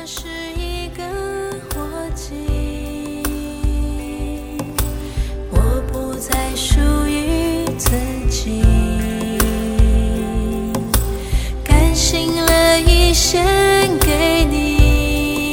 是一个活祭，我不再属于自己，甘心乐意献给你，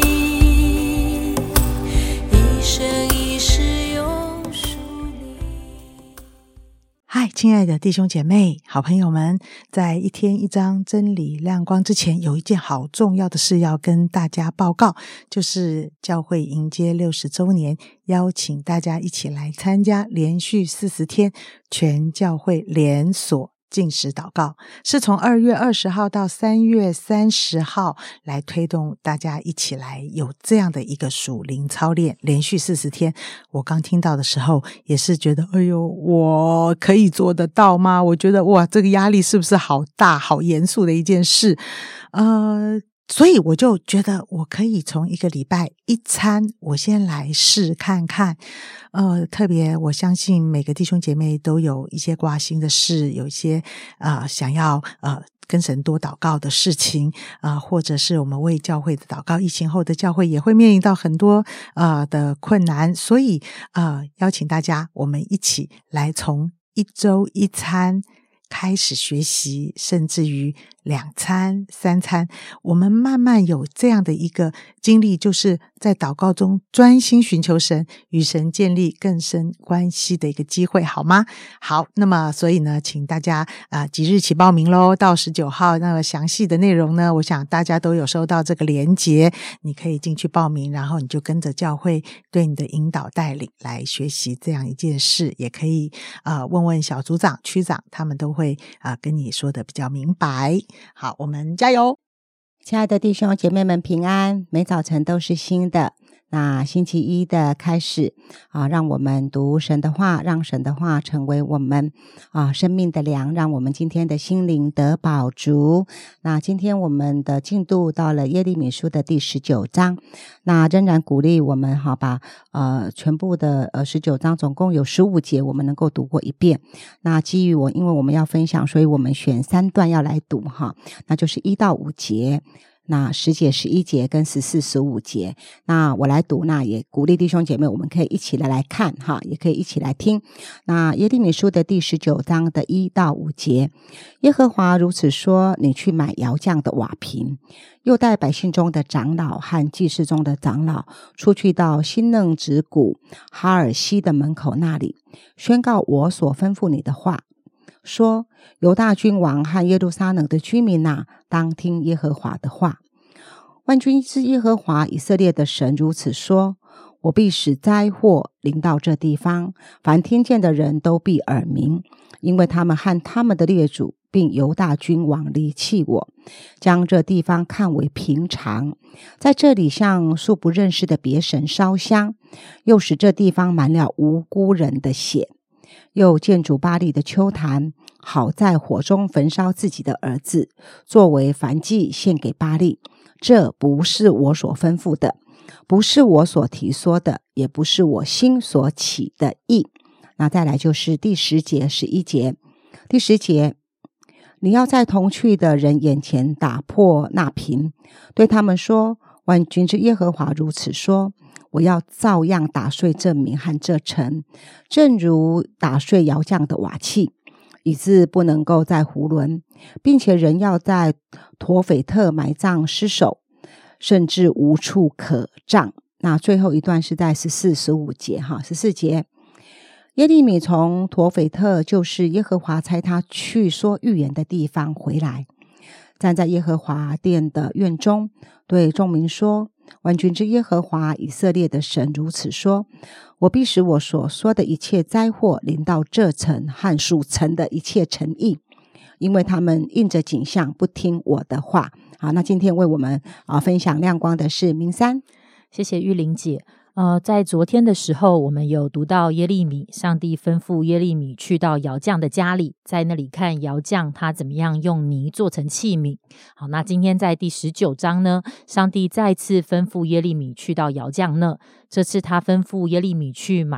一生一世永属你。 嗨，亲爱的弟兄姐妹、好朋友们，在一天一章真理亮光之前，有一件好重要的事要跟大家报告，就是教会迎接60周年，邀请大家一起来参加连续40天全教会连锁禁食祷告，是从2月20号到3月30号来推动大家一起来有这样的一个属灵操练，连续40天。我刚听到的时候也是觉得，哎呦，我可以做得到吗？我觉得哇，这个压力是不是好大好严肃的一件事。所以我就觉得我可以从一个礼拜一餐，我先来试看看。特别我相信每个弟兄姐妹都有一些挂心的事，有一些想要跟神多祷告的事情或者是我们为教会的祷告，疫情后的教会也会面临到很多的困难，所以邀请大家我们一起来从1周1餐开始学习，甚至于2餐3餐，我们慢慢有这样的一个经历，就是在祷告中专心寻求神，与神建立更深关系的一个机会，好吗？好，那么所以呢，请大家即日起报名咯，到19号。那么详细的内容呢，我想大家都有收到这个连结，你可以进去报名，然后你就跟着教会对你的引导带领来学习这样一件事，也可以问问小组长区长，他们都会跟你说的比较明白。好，我们加油！ 亲爱的弟兄姐妹们平安，每早晨都是新的。那星期一的开始让我们读神的话，让神的话成为我们生命的粮，让我们今天的心灵得饱足。那今天我们的进度到了耶利米书的第19章，那仍然鼓励我们把全部的19章总共有15节我们能够读过一遍。那基于因为我们要分享，所以我们选3段要来读那就是1到5节，那10节11节跟14、15节。那我来读，那也鼓励弟兄姐妹我们可以一起来看也可以一起来听。那耶利米书的第19章的1到5节，耶和华如此说，你去买窑匠的瓦瓶，又带百姓中的长老和祭司中的长老出去到新嫩子谷哈尔西的门口那里，宣告我所吩咐你的话，说犹大君王和耶路撒冷的居民当听耶和华的话。万军之耶和华以色列的神如此说，我必使灾祸临到这地方，凡听见的人都必耳鸣，因为他们和他们的列祖并犹大君王离弃我，将这地方看为平常，在这里向素不认识的别神烧香，又使这地方满了无辜人的血，又建筑巴力的丘坛，好在火中焚烧自己的儿子，作为燔祭献给巴力。这不是我所吩咐的，不是我所提说的，也不是我心所起的意。那再来就是第10节11节。第10节，你要在同去的人眼前打破那瓶，对他们说，万军之耶和华如此说，我要照样打碎这民和这城，正如打碎窑匠的瓦器，以致不能够再囫囵，并且人要在陀斐特埋葬尸首，甚至无处可葬。那最后一段是在14、15节14节，耶利米从陀斐特，就是耶和华差他去说预言的地方回来，站在耶和华殿的院中，对众民说，万军之耶和华以色列的神如此说，我必使我所说的一切灾祸临到这城和属城的一切城邑，因为他们应着景象不听我的话。好，那今天为我们分享亮光的是明山。 谢谢玉玲姐。在昨天的时候，我们有读到耶利米，上帝吩咐耶利米去到窑匠的家里，在那里看窑匠他怎么样用泥做成器皿。好，那今天在第19章呢，上帝再次吩咐耶利米去到窑匠那，这次他吩咐耶利米去买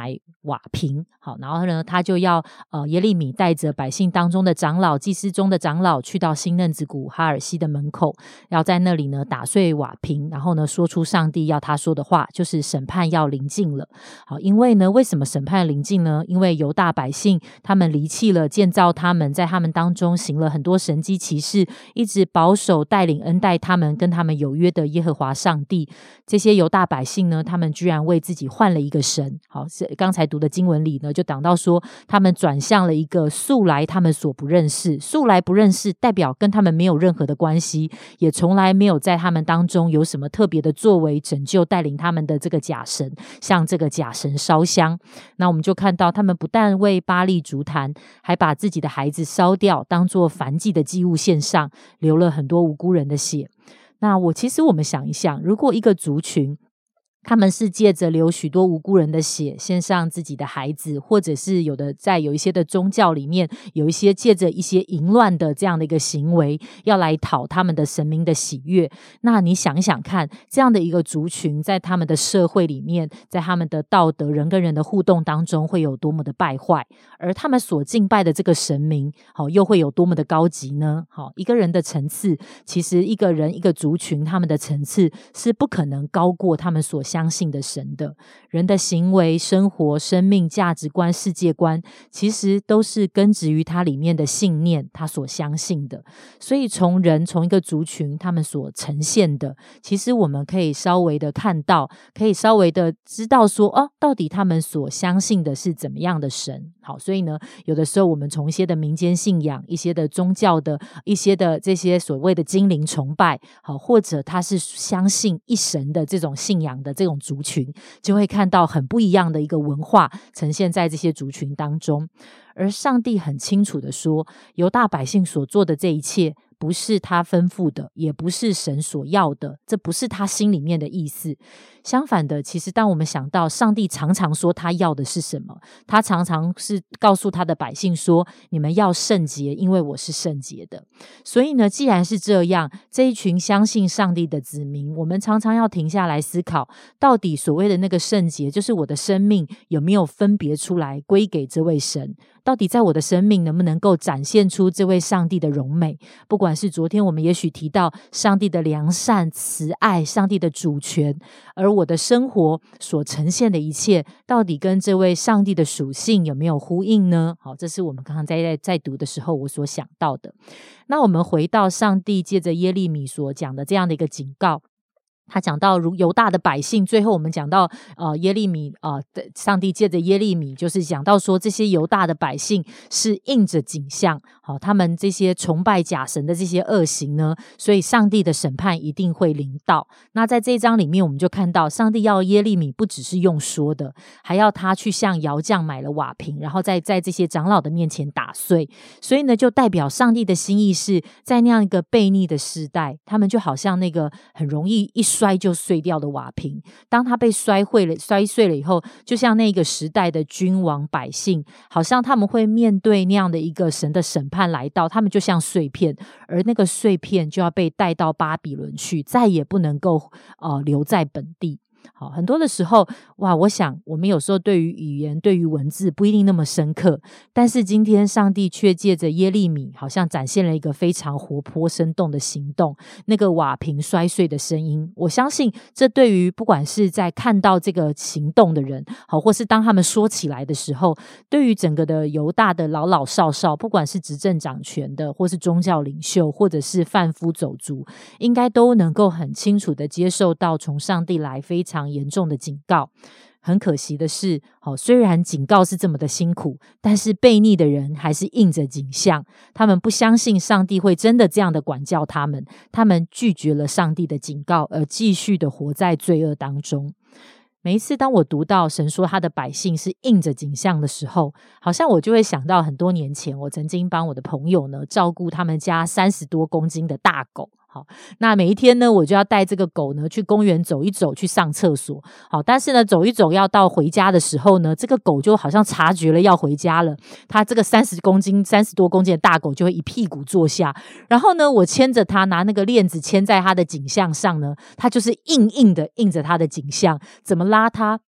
瓦瓶。好，然后呢，他就要耶利米带着百姓当中的长老、祭司中的长老，去到新嫩子谷哈尔西的门口，要在那里呢打碎瓦瓶，然后呢说出上帝要他说的话，就是审判要临近了。好，因为呢，为什么审判临近呢？因为犹大百姓他们离弃了建造他们，在他们当中行了很多神迹奇事，一直保守带领恩待他们跟他们有约的耶和华上帝。这些犹大百姓呢，他们居然为自己换了一个神。好，刚才读的经文里呢，就讲到说他们转向了一个素来他们所不认识，素来不认识代表跟他们没有任何的关系，也从来没有在他们当中有什么特别的作为拯救带领他们的这个假神，向这个假神烧香。那我们就看到他们不但为巴力筑坛，还把自己的孩子烧掉，当作燔祭的祭物献上，流了很多无辜人的血。那其实我们想一想，如果一个族群他们是借着流许多无辜人的血献上自己的孩子，或者是在有一些的宗教里面有一些借着一些淫乱的这样的一个行为要来讨他们的神明的喜悦，那你想想看，这样的一个族群在他们的社会里面，在他们的道德人跟人的互动当中会有多么的败坏，而他们所敬拜的这个神明又会有多么的高级呢？一个人的层次，其实一个人一个族群他们的层次是不可能高过他们所相信的神的。人的行为、生活、生命、价值观、世界观，其实都是根植于他里面的信念，他所相信的。所以从一个族群他们所呈现的，其实我们可以稍微的看到，可以稍微的知道说到底他们所相信的是怎么样的神。好，所以呢，有的时候我们从一些的民间信仰、一些的宗教的一些的这些所谓的精灵崇拜，好，或者他是相信一神的这种信仰的这种族群，就会看到很不一样的一个文化呈现在这些族群当中。而上帝很清楚的说，犹大百姓所做的这一切不是他吩咐的，也不是神所要的，这不是他心里面的意思。相反的，其实当我们想到上帝常常说他要的是什么，他常常是告诉他的百姓说，你们要圣洁，因为我是圣洁的。所以呢，既然是这样，这一群相信上帝的子民，我们常常要停下来思考，到底所谓的那个圣洁，就是我的生命有没有分别出来归给这位神，到底在我的生命能不能够展现出这位上帝的荣美。不管是昨天我们也许提到上帝的良善、慈爱，上帝的主权，而我的生活所呈现的一切，到底跟这位上帝的属性有没有呼应呢？好，这是我们刚刚在读的时候我所想到的。那我们回到上帝借着耶利米所讲的这样的一个警告，他讲到如犹大的百姓，最后我们讲到耶利米上帝借着耶利米就是讲到说，这些犹大的百姓是印着景象，好，他们这些崇拜假神的这些恶行呢，所以上帝的审判一定会临到。那在这一章里面，我们就看到上帝要耶利米不只是用说的，还要他去向窑匠买了瓦瓶，然后在这些长老的面前打碎。所以呢，就代表上帝的心意是在那样一个悖逆的时代，他们就好像那个很容易一摔就碎掉的瓦瓶，当它被摔碎了以后，就像那个时代的君王百姓，好像他们会面对那样的一个神的审判来到，他们就像碎片，而那个碎片就要被带到巴比伦去，再也不能够留在本地。好，很多的时候我想我们有时候对于语言对于文字不一定那么深刻，但是今天上帝却借着耶利米好像展现了一个非常活泼生动的行动，那个瓦瓶摔碎的声音，我相信这对于不管是在看到这个行动的人，好，或是当他们说起来的时候，对于整个的犹大的老老少少，不管是执政掌权的，或是宗教领袖，或者是贩夫走卒，应该都能够很清楚的接受到从上帝来非常严重的警告。很可惜的是，虽然警告是这么的辛苦，但是悖逆的人还是印着景象，他们不相信上帝会真的这样的管教他们，他们拒绝了上帝的警告，而继续的活在罪恶当中。每一次当我读到神说他的百姓是印着景象的时候，好像我就会想到很多年前我曾经帮我的朋友呢照顾他们家30多公斤的大狗。好，那每一天呢，我就要带这个狗呢去公园走一走，去上厕所。好，但是呢，走一走要到回家的时候呢，这个狗就好像察觉了要回家了，它这个30多公斤的大狗就会一屁股坐下，然后呢，我牵着它，拿那个链子牵在它的颈项上呢，它就是硬的印着它的颈项，怎么拉它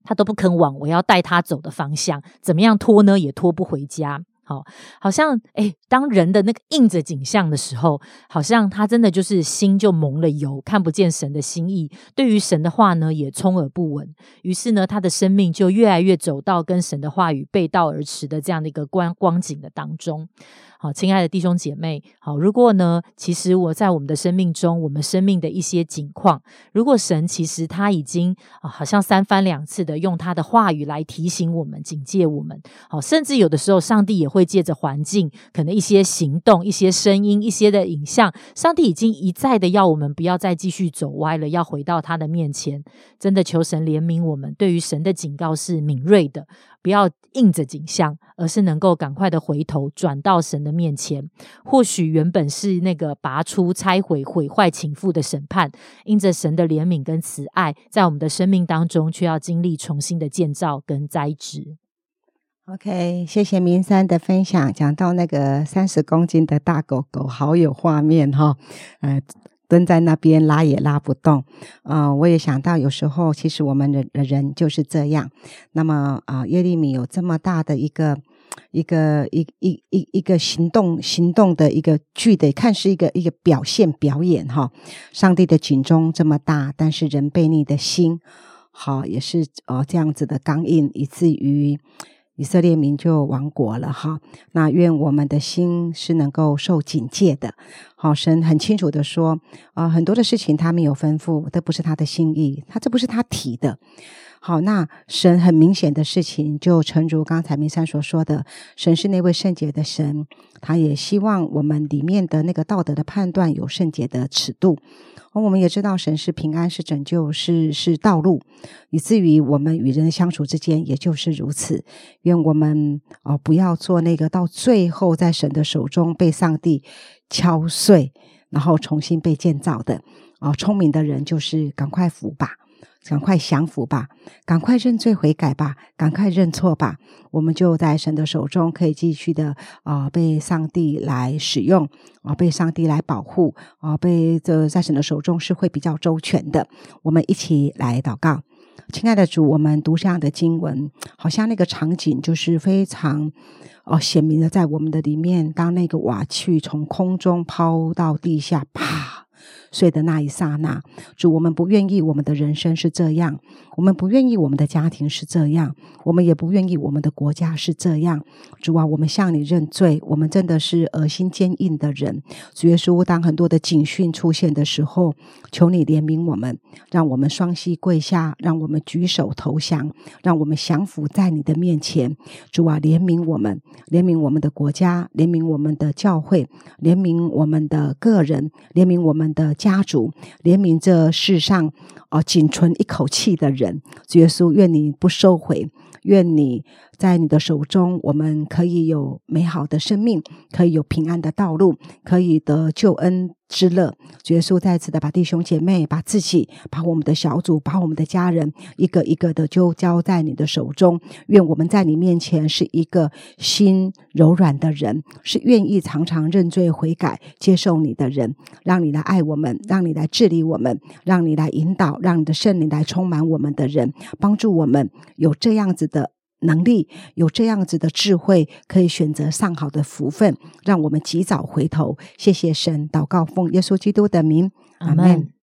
他都不肯往我要带他走的方向，怎么样拖呢？也拖不回家。好像当人的那个应着景象的时候，好像他真的就是心就蒙了油，看不见神的心意，对于神的话呢也充耳不闻，于是呢他的生命就越来越走到跟神的话语背道而驰的这样的一个光景的当中。好，亲爱的弟兄姐妹，好，如果呢其实我在我们的生命中，我们生命的一些景况，如果神其实他已经好像三番两次的用他的话语来提醒我们，警戒我们，好，甚至有的时候上帝也会借着环境，可能一些行动，一些声音，一些的影像，上帝已经一再的要我们不要再继续走歪了，要回到他的面前。真的求神怜悯我们，对于神的警告是敏锐的，不要应着景象，而是能够赶快的回头转到神的面前。或许原本是那个拔出拆毁毁坏倾覆的审判，因着神的怜悯跟慈爱，在我们的生命当中却要经历重新的建造跟栽植。 OK， 谢谢明山的分享，讲到那个30公斤的大狗狗，好有画面哈，蹲在那边拉也拉不动。我也想到有时候其实我们的人就是这样。那么耶利米有这么大的一个行动的一个剧的，看是一个表演哈。上帝的警钟这么大，但是人悖逆的心好也是这样子的刚硬，以至于以色列民就亡国了哈。那愿我们的心是能够受警戒的。好，神很清楚的说很多的事情他没有吩咐，这不是他的心意，这不是他提的。好，那神很明显的事情，就诚如刚才明山所说的，神是那位圣洁的神，他也希望我们里面的那个道德的判断有圣洁的尺度。我们也知道神是平安，是拯救，是道路，以至于我们与人相处之间也就是如此。愿我们不要做那个到最后在神的手中被上帝敲碎，然后重新被建造的。聪明的人就是赶快服吧，赶快降服吧，赶快认罪悔改吧，赶快认错吧，我们就在神的手中可以继续的被上帝来使用被上帝来保护在神的手中是会比较周全的。我们一起来祷告。亲爱的主，我们读这样的经文，好像那个场景就是非常显明的在我们的里面。当那个瓦器从空中抛到地下，啪碎的那一刹那，主，我们不愿意我们的人生是这样，我们不愿意我们的家庭是这样，我们也不愿意我们的国家是这样。主啊，我们向你认罪，我们真的是恶心坚硬的人。主耶稣，当很多的警讯出现的时候，求你怜悯我们，让我们双膝跪下，让我们举手投降，让我们降服在你的面前。主啊，怜悯我们，怜悯我们的国家，怜悯我们的教会，怜悯我们的个人，怜悯我们的家族，怜悯这世上仅存一口气的人。主耶稣，愿你不收回，愿你在你的手中，我们可以有美好的生命，可以有平安的道路，可以得救恩之乐。主耶稣，再次的把弟兄姐妹，把自己，把我们的小组，把我们的家人，一个一个的就交在你的手中。愿我们在你面前是一个心柔软的人，是愿意常常认罪悔改接受你的人。让你来爱我们，让你来治理我们，让你来引导，让你的圣灵来充满我们的人，帮助我们有这样子的能力，有这样子的智慧，可以选择上好的福分，让我们及早回头。谢谢神，祷告奉耶稣基督的名，阿们。